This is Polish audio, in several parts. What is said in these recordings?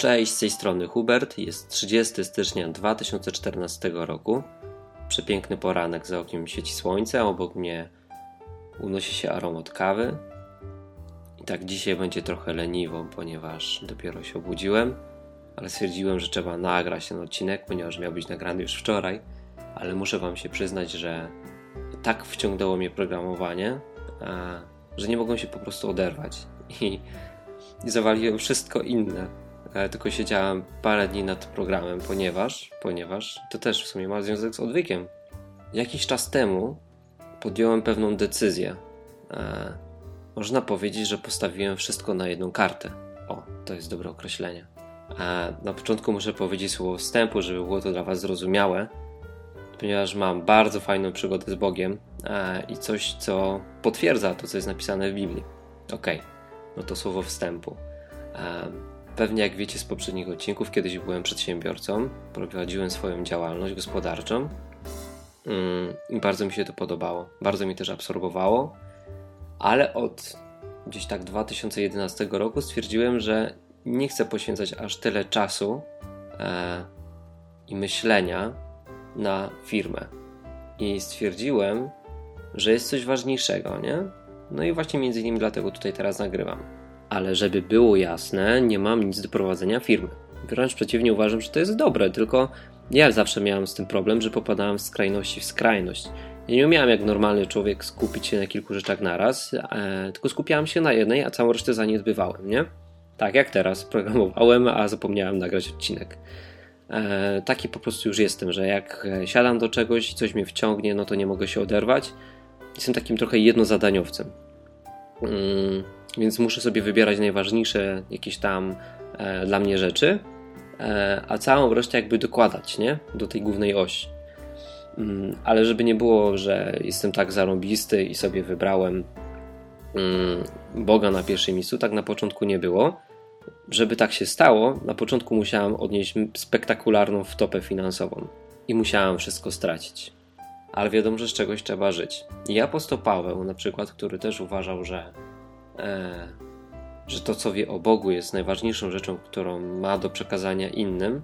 Cześć, z tej strony Hubert, jest 30 stycznia 2014 roku. Przepiękny poranek, za oknem świeci słońce, a obok mnie unosi się aromat kawy. I tak dzisiaj będzie trochę leniwo, ponieważ dopiero się obudziłem, ale stwierdziłem, że trzeba nagrać ten odcinek, ponieważ miał być nagrany już wczoraj, ale muszę wam się przyznać, że tak wciągnęło mnie programowanie, że nie mogłem się po prostu oderwać i zawaliłem wszystko inne. Tylko siedziałem parę dni nad programem, ponieważ to też w sumie ma związek z odwykiem. Jakiś czas temu podjąłem pewną decyzję. Można powiedzieć, że postawiłem wszystko na jedną kartę. O, to jest dobre określenie. Na początku muszę powiedzieć słowo wstępu, żeby było to dla was zrozumiałe, ponieważ mam bardzo fajną przygodę z Bogiem i coś, co potwierdza to, co jest napisane w Biblii. Okej, no to słowo wstępu. Pewnie jak wiecie z poprzednich odcinków, kiedyś byłem przedsiębiorcą, prowadziłem swoją działalność gospodarczą i bardzo mi się to podobało. Bardzo mi też absorbowało, ale od gdzieś tak 2011 roku stwierdziłem, że nie chcę poświęcać aż tyle czasu i myślenia na firmę. I stwierdziłem, że jest coś ważniejszego, nie? No i właśnie między innymi dlatego tutaj teraz nagrywam. Ale żeby było jasne, nie mam nic do prowadzenia firmy. Wręcz przeciwnie, uważam, że to jest dobre, tylko ja zawsze miałem z tym problem, że popadałem z skrajności w skrajność. Ja nie umiałem jak normalny człowiek skupić się na kilku rzeczach naraz, tylko skupiałem się na jednej, a całą resztę zaniedbywałem, nie? Tak jak teraz, programowałem, a zapomniałem nagrać odcinek. Taki po prostu już jestem, że jak siadam do czegoś, coś mnie wciągnie, no to nie mogę się oderwać. Jestem takim trochę jednozadaniowcem. Więc muszę sobie wybierać najważniejsze jakieś tam dla mnie rzeczy, a całą resztę jakby dokładać, nie? Do tej głównej osi. Ale żeby nie było, że jestem tak zarąbisty i sobie wybrałem Boga na pierwszym miejscu, tak na początku nie było. Żeby tak się stało, na początku musiałem odnieść spektakularną wtopę finansową i musiałem wszystko stracić. Ale wiadomo, że z czegoś trzeba żyć. I apostoł Paweł na przykład, który też uważał, że to, co wie o Bogu, jest najważniejszą rzeczą, którą ma do przekazania innym,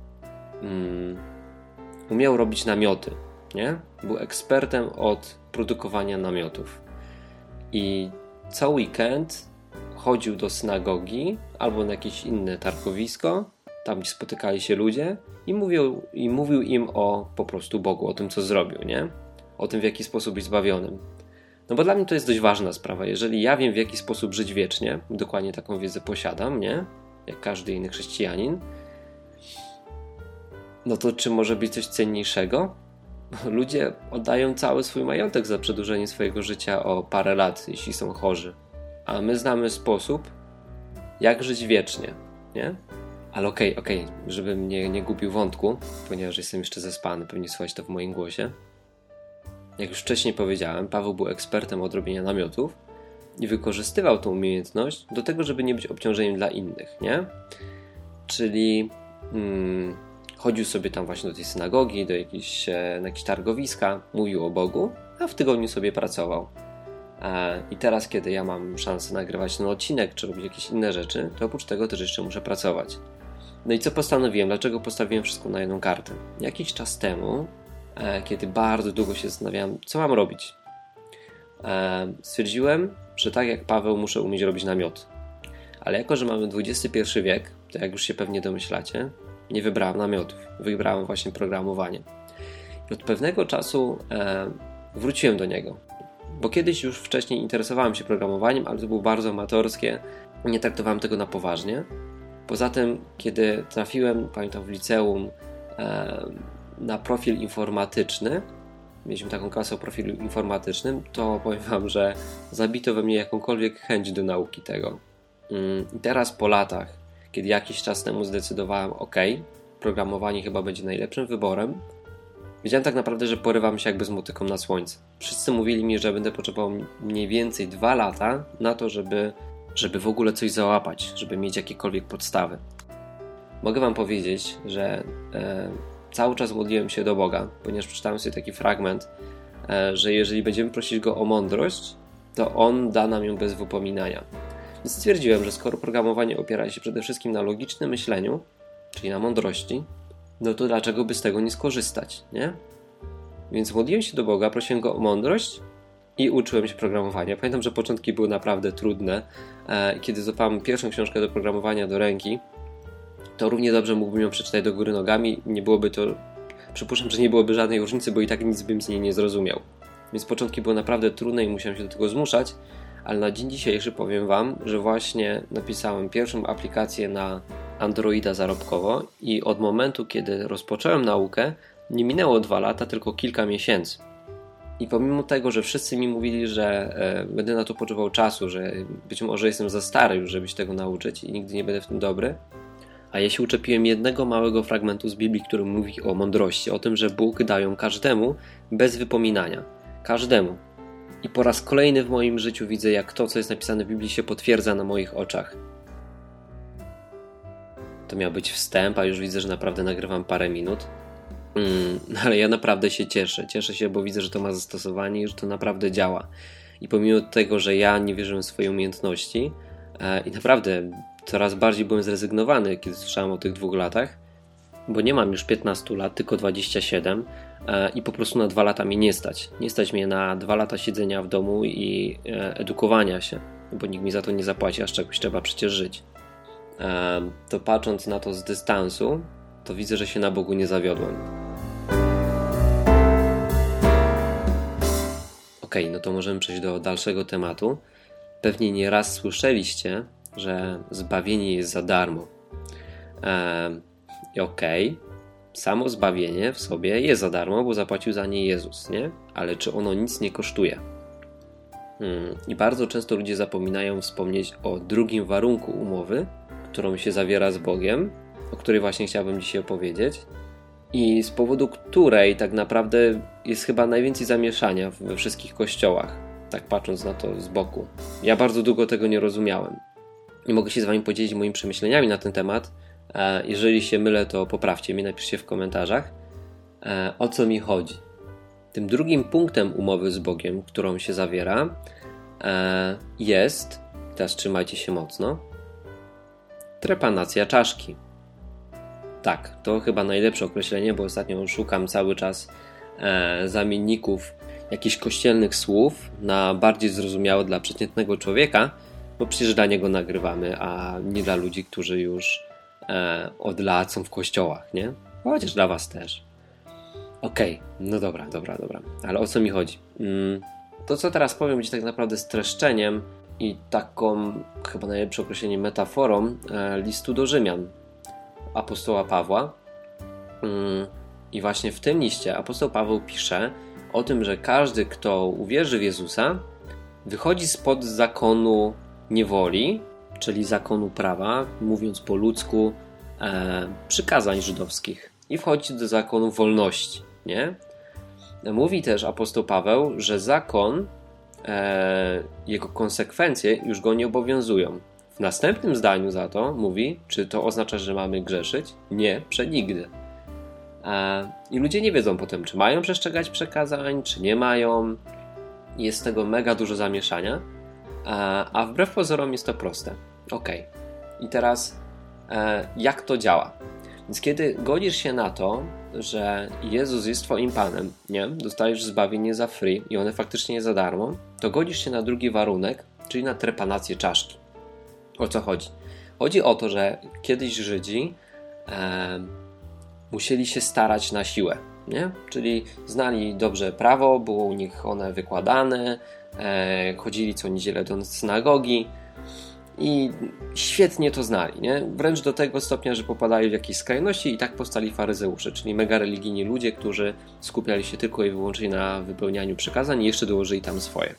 umiał robić namioty, nie? Był ekspertem od produkowania namiotów. I co weekend chodził do synagogi albo na jakieś inne targowisko, tam gdzie spotykali się ludzie i mówił im o po prostu Bogu, o tym, co zrobił, nie? O tym, w jaki sposób być zbawionym. No bo dla mnie to jest dość ważna sprawa. Jeżeli ja wiem, w jaki sposób żyć wiecznie, dokładnie taką wiedzę posiadam, nie? Jak każdy inny chrześcijanin, no to czy może być coś cenniejszego? Ludzie oddają cały swój majątek za przedłużenie swojego życia o parę lat, jeśli są chorzy. A my znamy sposób, jak żyć wiecznie, nie? Ale okej, żebym nie gubił wątku, ponieważ jestem jeszcze zaspany, pewnie słychać to w moim głosie. Jak już wcześniej powiedziałem, Paweł był ekspertem od robienia namiotów i wykorzystywał tą umiejętność do tego, żeby nie być obciążeniem dla innych, nie? Czyli chodził sobie tam właśnie do tej synagogi, na jakieś targowiska, mówił o Bogu, a w tygodniu sobie pracował. I teraz, kiedy ja mam szansę nagrywać ten odcinek, czy robić jakieś inne rzeczy, to oprócz tego też jeszcze muszę pracować. No i co postanowiłem? Dlaczego postawiłem wszystko na jedną kartę? Jakiś czas temu, kiedy bardzo długo się zastanawiałem, co mam robić, stwierdziłem, że tak jak Paweł muszę umieć robić namioty. Ale jako, że mamy XXI wiek, to jak już się pewnie domyślacie, nie wybrałem namiotów, wybrałem właśnie programowanie. I od pewnego czasu wróciłem do niego, bo kiedyś już wcześniej interesowałem się programowaniem, ale to było bardzo amatorskie, nie traktowałem tego na poważnie. Poza tym, kiedy trafiłem, pamiętam w liceum, na profil informatyczny, mieliśmy taką klasę o profilu informatycznym, to powiem wam, że zabito we mnie jakąkolwiek chęć do nauki tego. I teraz po latach, kiedy jakiś czas temu zdecydowałem, programowanie chyba będzie najlepszym wyborem, wiedziałem tak naprawdę, że porywam się jakby z motyką na słońce. Wszyscy mówili mi, że będę potrzebował mniej więcej 2 lata na to, żeby w ogóle coś załapać, żeby mieć jakiekolwiek podstawy. Mogę wam powiedzieć, że cały czas modliłem się do Boga, ponieważ przeczytałem sobie taki fragment, że jeżeli będziemy prosić Go o mądrość, to On da nam ją bez wypominania. Więc stwierdziłem, że skoro programowanie opiera się przede wszystkim na logicznym myśleniu, czyli na mądrości, no to dlaczego by z tego nie skorzystać, nie? Więc modliłem się do Boga, prosiłem Go o mądrość i uczyłem się programowania. Pamiętam, że początki były naprawdę trudne. Kiedy złapałem pierwszą książkę do programowania do ręki, to równie dobrze mógłbym ją przeczytać do góry nogami. Nie byłoby to, przypuszczam, że nie byłoby żadnej różnicy, bo i tak nic bym z niej nie zrozumiał. Więc początki były naprawdę trudne i musiałem się do tego zmuszać, ale na dzień dzisiejszy powiem Wam, że właśnie napisałem pierwszą aplikację na Androida zarobkowo i od momentu, kiedy rozpocząłem naukę, nie minęło 2 lata, tylko kilka miesięcy. I pomimo tego, że wszyscy mi mówili, że będę na to potrzebował czasu, że być może jestem za stary już, żeby się tego nauczyć i nigdy nie będę w tym dobry, a ja się uczepiłem jednego małego fragmentu z Biblii, który mówi o mądrości, o tym, że Bóg da ją każdemu bez wypominania. Każdemu. I po raz kolejny w moim życiu widzę, jak to, co jest napisane w Biblii, się potwierdza na moich oczach. To miał być wstęp, a już widzę, że naprawdę nagrywam parę minut. Ale ja naprawdę się cieszę. Cieszę się, bo widzę, że to ma zastosowanie i że to naprawdę działa. I pomimo tego, że ja nie wierzyłem w swoje umiejętności i naprawdę coraz bardziej byłem zrezygnowany, kiedy słyszałem o tych 2 latach, bo nie mam już 15 lat, tylko 27 i po prostu na 2 lata mnie nie stać. Nie stać mnie na 2 lata siedzenia w domu i edukowania się, bo nikt mi za to nie zapłaci, a z czegoś trzeba przecież żyć. To patrząc na to z dystansu, to widzę, że się na Bogu nie zawiodłem. Okej, no to możemy przejść do dalszego tematu. Pewnie nie raz słyszeliście, że zbawienie jest za darmo. Okej, samo zbawienie w sobie jest za darmo, bo zapłacił za nie Jezus, nie? Ale czy ono nic nie kosztuje? I bardzo często ludzie zapominają wspomnieć o drugim warunku umowy, którą się zawiera z Bogiem, o której właśnie chciałbym dzisiaj opowiedzieć i z powodu której tak naprawdę jest chyba najwięcej zamieszania we wszystkich kościołach, tak patrząc na to z boku. Ja bardzo długo tego nie rozumiałem. Nie mogę się z Wami podzielić moimi przemyśleniami na ten temat. Jeżeli się mylę, to poprawcie mnie, napiszcie w komentarzach, o co mi chodzi. Tym drugim punktem umowy z Bogiem, którą się zawiera, jest, teraz trzymajcie się mocno, trepanacja czaszki. Tak, to chyba najlepsze określenie, bo ostatnio szukam cały czas zamienników jakichś kościelnych słów na bardziej zrozumiałe dla przeciętnego człowieka, bo przecież dla niego nagrywamy, a nie dla ludzi, którzy już od lat są w kościołach, nie? Chociaż dla was też. Okej, no dobra. Ale o co mi chodzi? To, co teraz powiem, będzie tak naprawdę streszczeniem i taką, chyba najlepsze określenie, metaforą listu do Rzymian apostoła Pawła. I właśnie w tym liście apostoł Paweł pisze o tym, że każdy, kto uwierzy w Jezusa, wychodzi spod zakonu niewoli, czyli zakonu prawa, mówiąc po ludzku, przykazań żydowskich, i wchodzi do zakonu wolności, nie? Mówi też apostoł Paweł, że zakon, jego konsekwencje już go nie obowiązują. W następnym zdaniu za to mówi, czy to oznacza, że mamy grzeszyć? Nie, przenigdy. I ludzie nie wiedzą potem, czy mają przestrzegać przekazań, czy nie mają. Jest z tego mega dużo zamieszania, a wbrew pozorom jest to proste. Okej. I teraz jak to działa? Więc kiedy godzisz się na to, że Jezus jest twoim Panem, nie? Dostajesz zbawienie za free i one faktycznie jest za darmo, to godzisz się na drugi warunek, czyli na trepanację czaszki. O co chodzi? Chodzi o to, że kiedyś Żydzi musieli się starać na siłę, nie? Czyli znali dobrze prawo, było u nich one wykładane, chodzili co niedzielę do synagogi i świetnie to znali, nie? Wręcz do tego stopnia, że popadali w jakieś skrajności i tak powstali faryzeusze, czyli mega religijni ludzie, którzy skupiali się tylko i wyłącznie na wypełnianiu przykazań i jeszcze dołożyli tam swoje.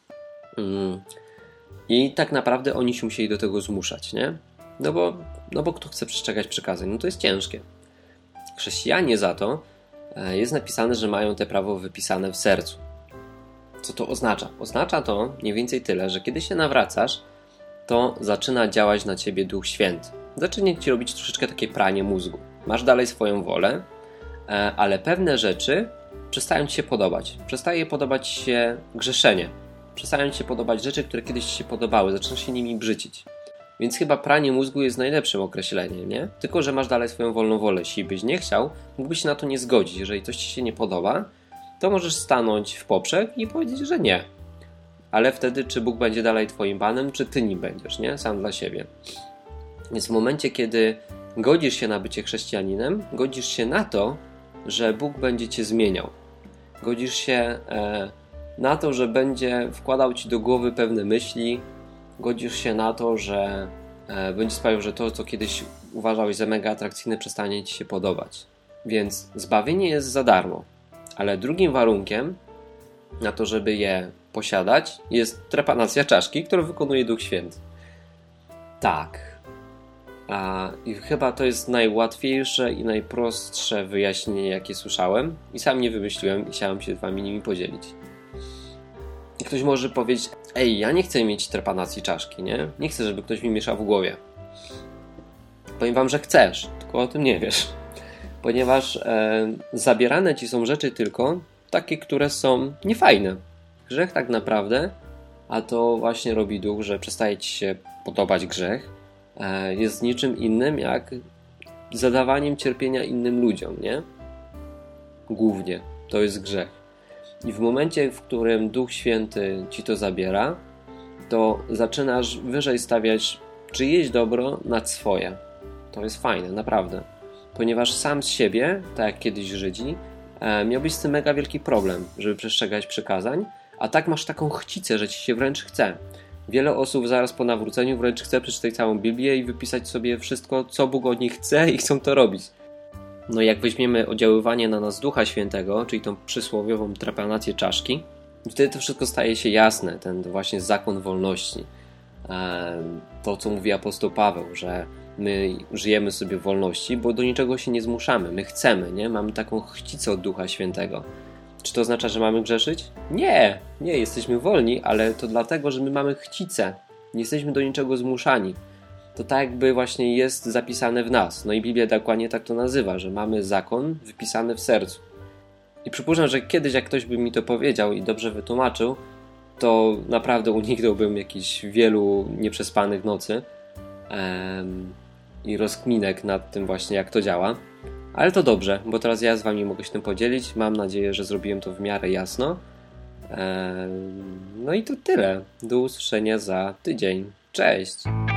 I tak naprawdę oni się musieli do tego zmuszać, nie? No bo kto chce przestrzegać przykazań? No to jest ciężkie. Chrześcijanie za to jest napisane, że mają te prawo wypisane w sercu. Co to oznacza? Oznacza to mniej więcej tyle, że kiedy się nawracasz, to zaczyna działać na ciebie Duch Święty. Zaczyna ci robić troszeczkę takie pranie mózgu. Masz dalej swoją wolę, ale pewne rzeczy przestają ci się podobać. Przestaje podobać się grzeszenie. przestają ci się podobać rzeczy, które kiedyś ci się podobały, zaczynasz się nimi brzydzić. Więc chyba pranie mózgu jest najlepszym określeniem, nie? Tylko że masz dalej swoją wolną wolę. Jeśli byś nie chciał, mógłbyś się na to nie zgodzić. Jeżeli coś ci się nie podoba, to możesz stanąć w poprzek i powiedzieć, że nie. Ale wtedy czy Bóg będzie dalej twoim Panem, czy ty nim będziesz, nie? Sam dla siebie. Więc w momencie, kiedy godzisz się na bycie chrześcijaninem, godzisz się na to, że Bóg będzie cię zmieniał. Godzisz się na to, że będzie wkładał ci do głowy pewne myśli. Godzisz się na to, że będzie sprawiał, że to, co kiedyś uważałeś za mega atrakcyjne, przestanie ci się podobać. Więc zbawienie jest za darmo. Ale drugim warunkiem na to, żeby je posiadać, jest trepanacja czaszki, którą wykonuje Duch Święty. Tak. I chyba to jest najłatwiejsze i najprostsze wyjaśnienie, jakie słyszałem. I sam nie wymyśliłem i chciałem się z wami nimi podzielić. Ktoś może powiedzieć, ja nie chcę mieć trepanacji czaszki, nie? Nie chcę, żeby ktoś mi mieszał w głowie. Powiem wam, że chcesz, tylko o tym nie wiesz. Ponieważ zabierane ci są rzeczy tylko takie, które są niefajne. Grzech tak naprawdę, a to właśnie robi Duch, że przestaje ci się podobać grzech, jest niczym innym jak zadawaniem cierpienia innym ludziom, nie? Głównie to jest grzech. I w momencie, w którym Duch Święty ci to zabiera, to zaczynasz wyżej stawiać czyjeś dobro nad swoje. To jest fajne, naprawdę. Ponieważ sam z siebie, tak jak kiedyś Żydzi, miałbyś z tym mega wielki problem, żeby przestrzegać przykazań, a tak masz taką chcicę, że ci się wręcz chce. Wiele osób zaraz po nawróceniu wręcz chce przeczytać całą Biblię i wypisać sobie wszystko, co Bóg od nich chce i chcą to robić. No i jak weźmiemy oddziaływanie na nas Ducha Świętego, czyli tą przysłowiową trepanację czaszki, wtedy to wszystko staje się jasne, ten właśnie zakon wolności. To, co mówi apostoł Paweł, że my żyjemy sobie w wolności, bo do niczego się nie zmuszamy, my chcemy, nie? Mamy taką chcicę od Ducha Świętego. Czy to oznacza, że mamy grzeszyć? Nie, jesteśmy wolni, ale to dlatego, że my mamy chcicę. Nie jesteśmy do niczego zmuszani. To tak jakby właśnie jest zapisane w nas. No i Biblia dokładnie tak to nazywa, że mamy zakon wypisany w sercu. I przypuszczam, że kiedyś jak ktoś by mi to powiedział i dobrze wytłumaczył, to naprawdę uniknąłbym jakichś wielu nieprzespanych nocy i rozkminek nad tym właśnie, jak to działa. Ale to dobrze, bo teraz ja z wami mogę się tym podzielić. Mam nadzieję, że zrobiłem to w miarę jasno. No i to tyle. Do usłyszenia za tydzień. Cześć!